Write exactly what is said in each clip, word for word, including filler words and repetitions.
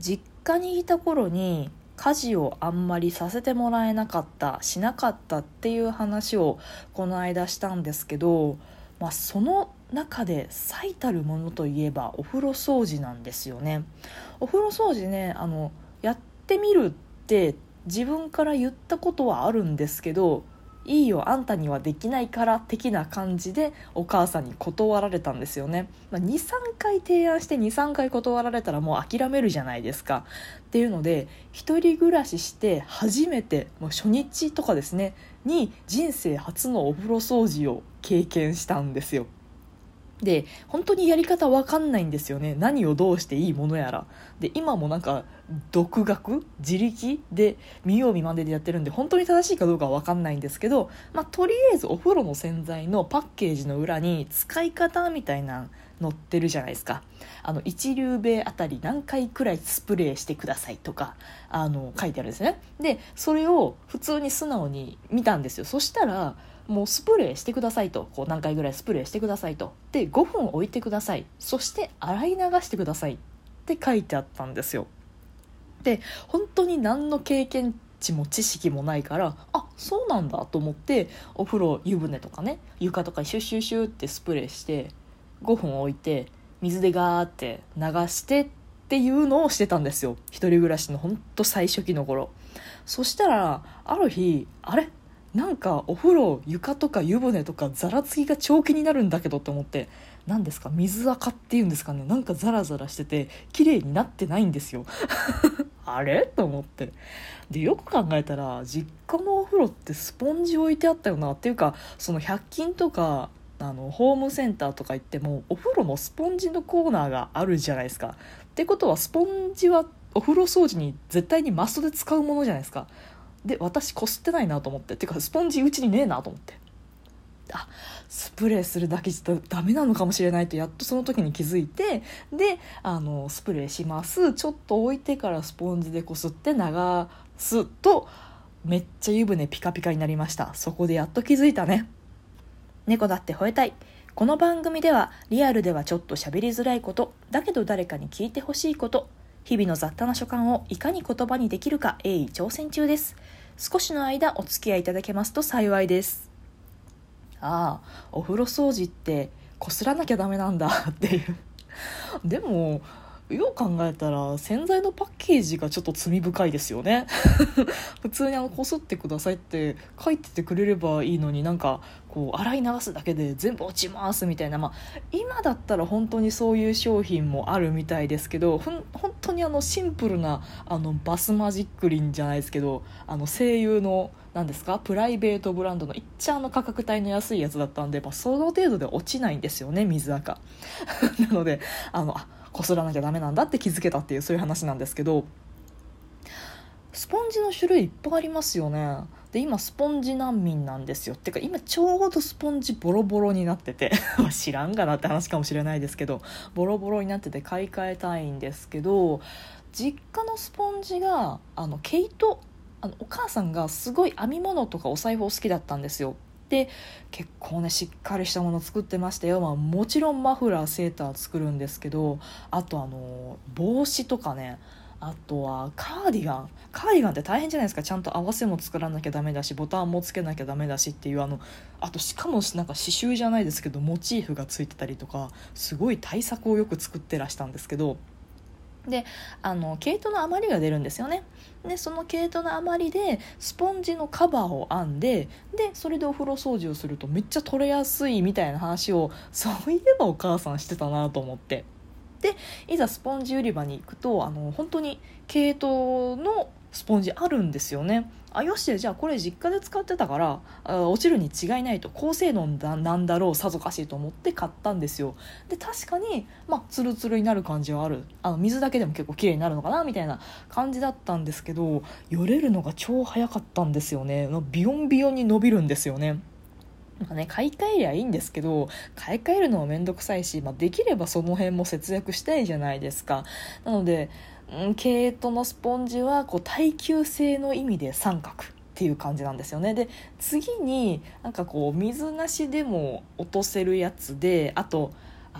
実家にいた頃に家事をあんまりさせてもらえなかったしなかったっていう話をこの間したんですけど、まあ、その中で最たるものといえばお風呂掃除なんですよね。お風呂掃除ね、あのやってみるって自分から言ったことはあるんですけど、いいよあんたにはできないから的な感じでお母さんに断られたんですよね。まあ、にさんかい提案してにさんかい断られたらもう諦めるじゃないですか。っていうので一人暮らしして初めて、もう初日とかですねに人生初のお風呂掃除を経験したんですよ。で本当にやり方わかんないんですよね。何をどうしていいものやらで、今もなんか独学自力で見よう見まねでやってるんで本当に正しいかどうかはわかんないんですけど、まあ、とりあえずお風呂の洗剤のパッケージの裏に使い方みたいな載ってるじゃないですか。あの一流米あたり何回くらいスプレーしてくださいとかあの書いてあるんですね。でそれを普通に素直に見たんですよ。そしたらもうスプレーしてくださいと、こう何回ぐらいスプレーしてくださいと、でごふん置いてください、そして洗い流してくださいって書いてあったんですよ。で本当に何の経験値も知識もないから、あそうなんだと思ってお風呂湯船とかね床とかにシュッシュッシュッってスプレーしてごふん置いて水でガーって流してっていうのをしてたんですよ。一人暮らしの本当最初期の頃。そしたらある日、あれなんかお風呂床とか湯船とかザラつきが超気になるんだけどって思って、何ですか水垢っていうんですかね、なんかザラザラしてて綺麗になってないんですよあれと思って、でよく考えたら実家のお風呂ってスポンジ置いてあったよなっていうか、そのひゃく均とかあのホームセンターとか行ってもお風呂のスポンジのコーナーがあるじゃないですか。ってことはスポンジはお風呂掃除に絶対にマストで使うものじゃないですか。で私こすってないなと思って、てかスポンジうちにねえなと思って、あスプレーするだけじゃダメなのかもしれないとやっとその時に気づいて、であのスプレーします、ちょっと置いてからスポンジでこすって流すとめっちゃ湯船ピカピカになりました。そこでやっと気づいたね。猫だって吠えたい。この番組ではリアルではちょっと喋りづらいこと、だけど誰かに聞いてほしいこと、日々の雑多な所感をいかに言葉にできるか鋭意挑戦中です。少しの間お付き合いいただけますと幸いです。ああ、お風呂掃除ってこすらなきゃダメなんだっていうでもよう考えたら洗剤のパッケージがちょっと罪深いですよね普通にあのこすってくださいって書いててくれればいいのに、なんかこう洗い流すだけで全部落ちますみたいな、まあ、今だったら本当にそういう商品もあるみたいですけど、ほん本当にあのシンプルなあのバスマジックリンじゃないですけど、あの声優のなんですかプライベートブランドのいっちゃんの価格帯の安いやつだったんで、まあ、その程度で落ちないんですよね水垢なのであのあこすらなきゃダメなんだって気づけたっていう、そういう話なんですけど、スポンジの種類いっぱいありますよね。で今スポンジ難民なんですよ。てか今ちょうどスポンジボロボロになってて知らんがなって話かもしれないですけど、ボロボロになってて買い替えたいんですけど、実家のスポンジがあの毛糸、あのお母さんがすごい編み物とかお裁縫好きだったんですよ。で結構ねしっかりしたもの作ってましたよ。まあ、もちろんマフラーセーター作るんですけど、あとあの帽子とかね、あとはカーディガンカーディガンって大変じゃないですか。ちゃんと合わせも作らなきゃダメだしボタンもつけなきゃダメだしっていう、あのあとしかもなんか刺繍じゃないですけどモチーフがついてたりとか、すごい対策をよく作ってらしたんですけど、であの毛糸の余りが出るんですよね。でその毛糸の余りでスポンジのカバーを編んで、でそれでお風呂掃除をするとめっちゃ取れやすいみたいな話をそういえばお母さんしてたなと思って、でいざスポンジ売り場に行くとあの本当に毛糸のスポンジあるんですよね。あよしじゃあこれ実家で使ってたからあ落ちるに違いないと、高性能だなんだろうさぞかしいと思って買ったんですよ。で確かにまあツルツルになる感じはある、あの水だけでも結構綺麗になるのかなみたいな感じだったんですけど、よれるのが超早かったんですよね。ビヨンビヨンに伸びるんですよね。まあね、買い替えりゃいいんですけど買い替えるのもめんどくさいし、まあ、できればその辺も節約したいじゃないですか。なので、うん、毛糸のスポンジはこう耐久性の意味で三角っていう感じなんですよね。で次になんかこう水なしでも落とせるやつで、あとあの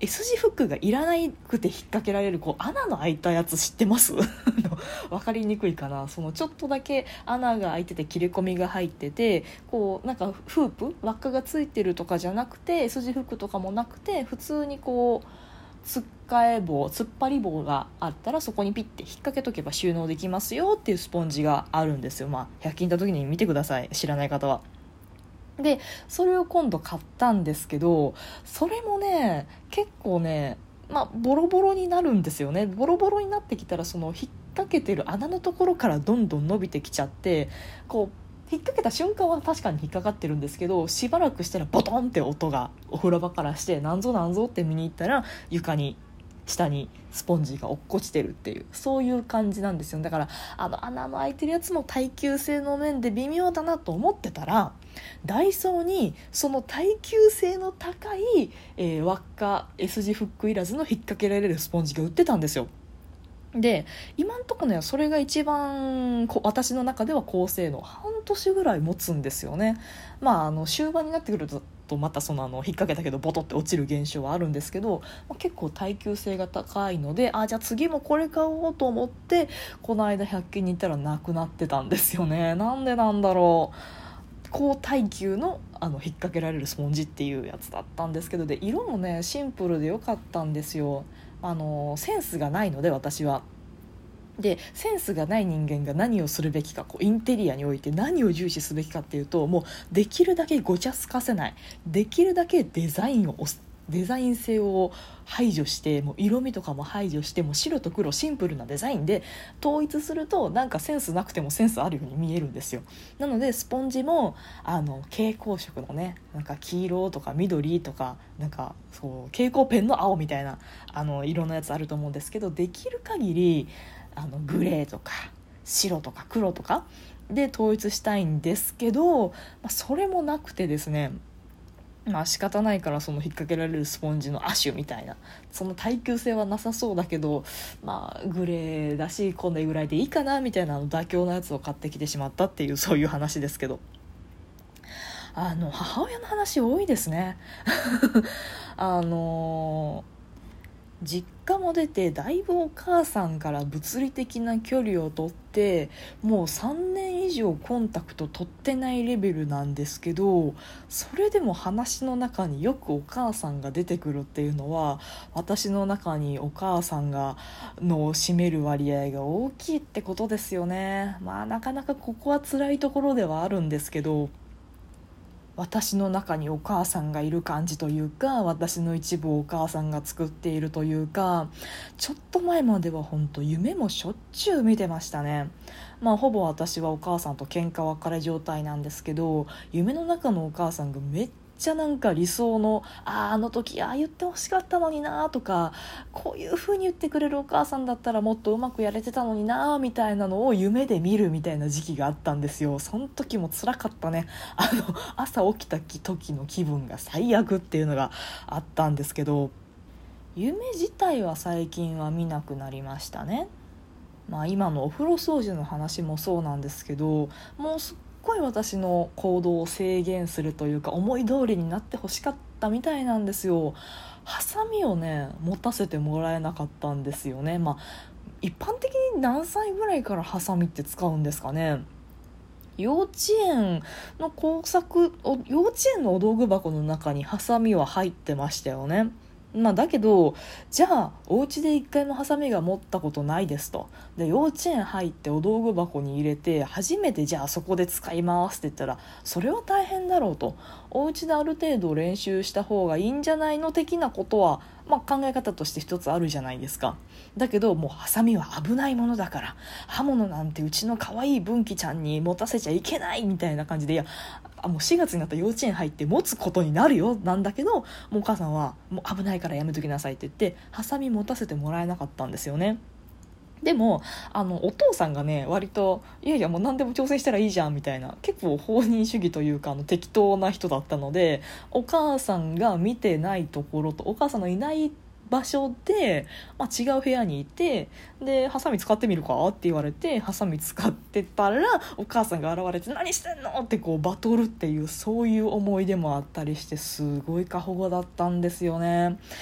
S 字フックがいらなくて引っ掛けられるこう穴の開いたやつ知ってますわかりにくいかな。そのちょっとだけ穴が開いてて切れ込みが入ってて、こうなんかフープ輪っかがついてるとかじゃなくて S 字フックとかもなくて、普通にこうつっかえ棒突っ張り棒があったらそこにピッて引っ掛けとけば収納できますよっていうスポンジがあるんですよ。まあひゃく均行った時に見てください、知らない方は。でそれを今度買ったんですけど、それもね結構ね、まあ、ボロボロになるんですよね。ボロボロになってきたらその引っ掛けてる穴のところからどんどん伸びてきちゃって、こう引っ掛けた瞬間は確かに引っかかってるんですけど、しばらくしたらボトンって音がお風呂場からして、なんぞなんぞって見に行ったら床に下にスポンジが落っこちてるっていう、そういう感じなんですよ。だからあの穴の開いてるやつも耐久性の面で微妙だなと思ってたら、ダイソーにその耐久性の高い、えー輪っか S 字フックいらずの引っ掛けられるスポンジが売ってたんですよ。で今んとこねそれが一番こ私の中では高性能、半年ぐらい持つんですよね。まああの終盤になってくるとまたそのあの引っ掛けたけどボトって落ちる現象はあるんですけど、まあ、結構耐久性が高いので、あじゃあ次もこれ買おうと思ってこの間ひゃく均に行ったらなくなってたんですよね。なんでなんだろう。高耐久のあの引っ掛けられるスポンジっていうやつだったんですけど、で色もねシンプルで良かったんですよ。あのセンスがないので私は。でセンスがない人間が何をするべきか、こうインテリアにおいて何を重視すべきかっていうと、もうできるだけごちゃつかせない、できるだけデザインをデザイン性を排除して、もう色味とかも排除して、もう白と黒シンプルなデザインで統一すると、なんかセンスなくてもセンスあるように見えるんですよ。なのでスポンジもあの蛍光色のね、なんか黄色とか緑とか、なんかそう蛍光ペンの青みたいなあの色のやつあると思うんですけど、できる限りあのグレーとか白とか黒とかで統一したいんですけど、まあ、それもなくてですね、まあ仕方ないからその引っ掛けられるスポンジの亜種みたいな、その耐久性はなさそうだけど、まあグレーだしこんなぐらいでいいかなみたいなの妥協のやつを買ってきてしまったっていう、そういう話ですけど、あの母親の話多いですねあの実家も出てだいぶお母さんから物理的な距離を取って、もうさんねん以上コンタクト取ってないレベルなんですけど、それでも話の中によくお母さんが出てくるっていうのは、私の中にお母さんがの占める割合が大きいってことですよね。まあなかなかここは辛いところではあるんですけど、私の中にお母さんがいる感じというか、私の一部をお母さんが作っているというか、ちょっと前までは本当夢もしょっちゅう見てましたね。まあほぼ私はお母さんと喧嘩別れ状態なんですけど、夢の中のお母さんがめっちゃなんか理想の、あああの時ああ言ってほしかったのになとか、こういう風に言ってくれるお母さんだったらもっとうまくやれてたのになみたいなのを夢で見るみたいな時期があったんですよ。その時も辛かったね。あの朝起きた時の気分が最悪っていうのがあったんですけど、夢自体は最近は見なくなりましたね。まあ今のお風呂掃除の話もそうなんですけど、もうすっごい私の行動を制限するというか思い通りになってほしかったみたいなんですよ。ハサミをね持たせてもらえなかったんですよね。まあ一般的に何歳ぐらいからハサミって使うんですかね。幼稚園の工作幼稚園のお道具箱の中にハサミは入ってましたよね。まあ、だけどじゃあお家で一回もハサミが持ったことないですと。で幼稚園入ってお道具箱に入れて初めてじゃあそこで使いますって言ったらそれは大変だろうと。お家である程度練習した方がいいんじゃないの的なことは、まあ、考え方として一つあるじゃないですか。だけどもうハサミは危ないものだから刃物なんてうちの可愛い文紀ちゃんに持たせちゃいけないみたいな感じで、いやあもうしがつになったら幼稚園入って持つことになるよなんだけど、もうお母さんはもう危ないからやめときなさいって言ってハサミ持たせてもらえなかったんですよね。でもあのお父さんがね割といやいやもう何でも挑戦したらいいじゃんみたいな、結構放任主義というかあの適当な人だったので、お母さんが見てないところとお母さんのいない場所で、まあ、違う部屋にいて、でハサミ使ってみるかって言われてハサミ使ってたらお母さんが現れて何してんのってこうバトルっていう、そういう思い出もあったりしてすごい過保護だったんですよね。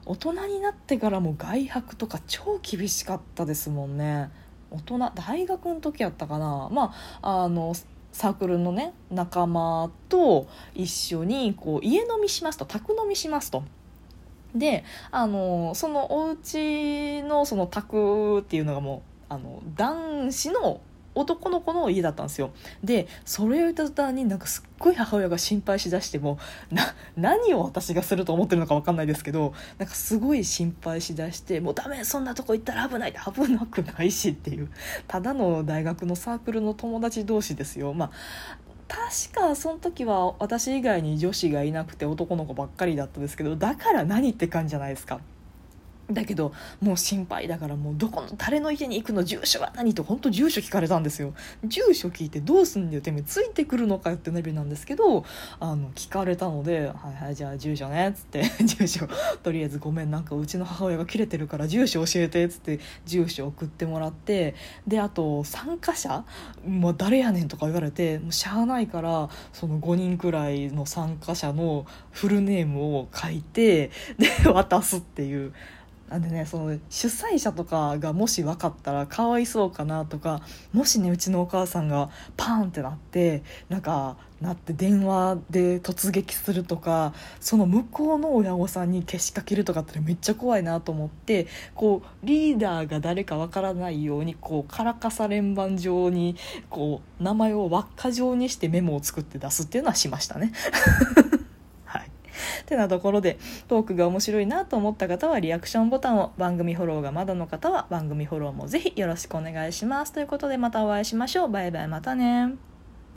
大人になってからも外泊とか超厳しかったですもんね。大人大学の時やったかな、まああのサークルのね仲間と一緒にこう家飲みしますと、宅飲みしますと。であのそのお家のその宅っていうのがもうあの男子の男の子の家だったんですよ。でそれを言った途端になんかすっごい母親が心配しだして、もな何を私がすると思ってるのか分かんないですけど、なんかすごい心配しだして、もうダメ、そんなとこ行ったら危ない、危なくないしっていう、ただの大学のサークルの友達同士ですよ。まあ確かその時は私以外に女子がいなくて男の子ばっかりだったんですけど、だから何って感じじゃないですか。だけどもう心配だから、もうどこの誰の家に行くの、住所は何と本当住所聞かれたんですよ。住所聞いてどうすんだよてめえ、ついてくるのかよってレベルなんですけど、あの聞かれたので、はいはいじゃあ住所ねっつって住所とりあえずごめんなんかうちの母親が切れてるから住所教えてっつって住所送ってもらって、であと参加者もう誰やねんとか言われて、もうしゃあないからそのごにんくらいの参加者のフルネームを書いてで渡すっていう。なんでね、その主催者とかがもし分かったらかわいそうかなとか、もしねうちのお母さんがパーンってなってなんかなって電話で突撃するとか、その向こうの親御さんにけしかけるとかってめっちゃ怖いなと思って、こうリーダーが誰か分からないようにこうカラカサ連番状にこう名前を輪っか状にしてメモを作って出すっていうのはしましたね。はいてなところで、トークが面白いなと思った方はリアクションボタンを、番組フォローがまだの方は番組フォローもぜひよろしくお願いします。ということでまたお会いしましょう。バイバイ、またね。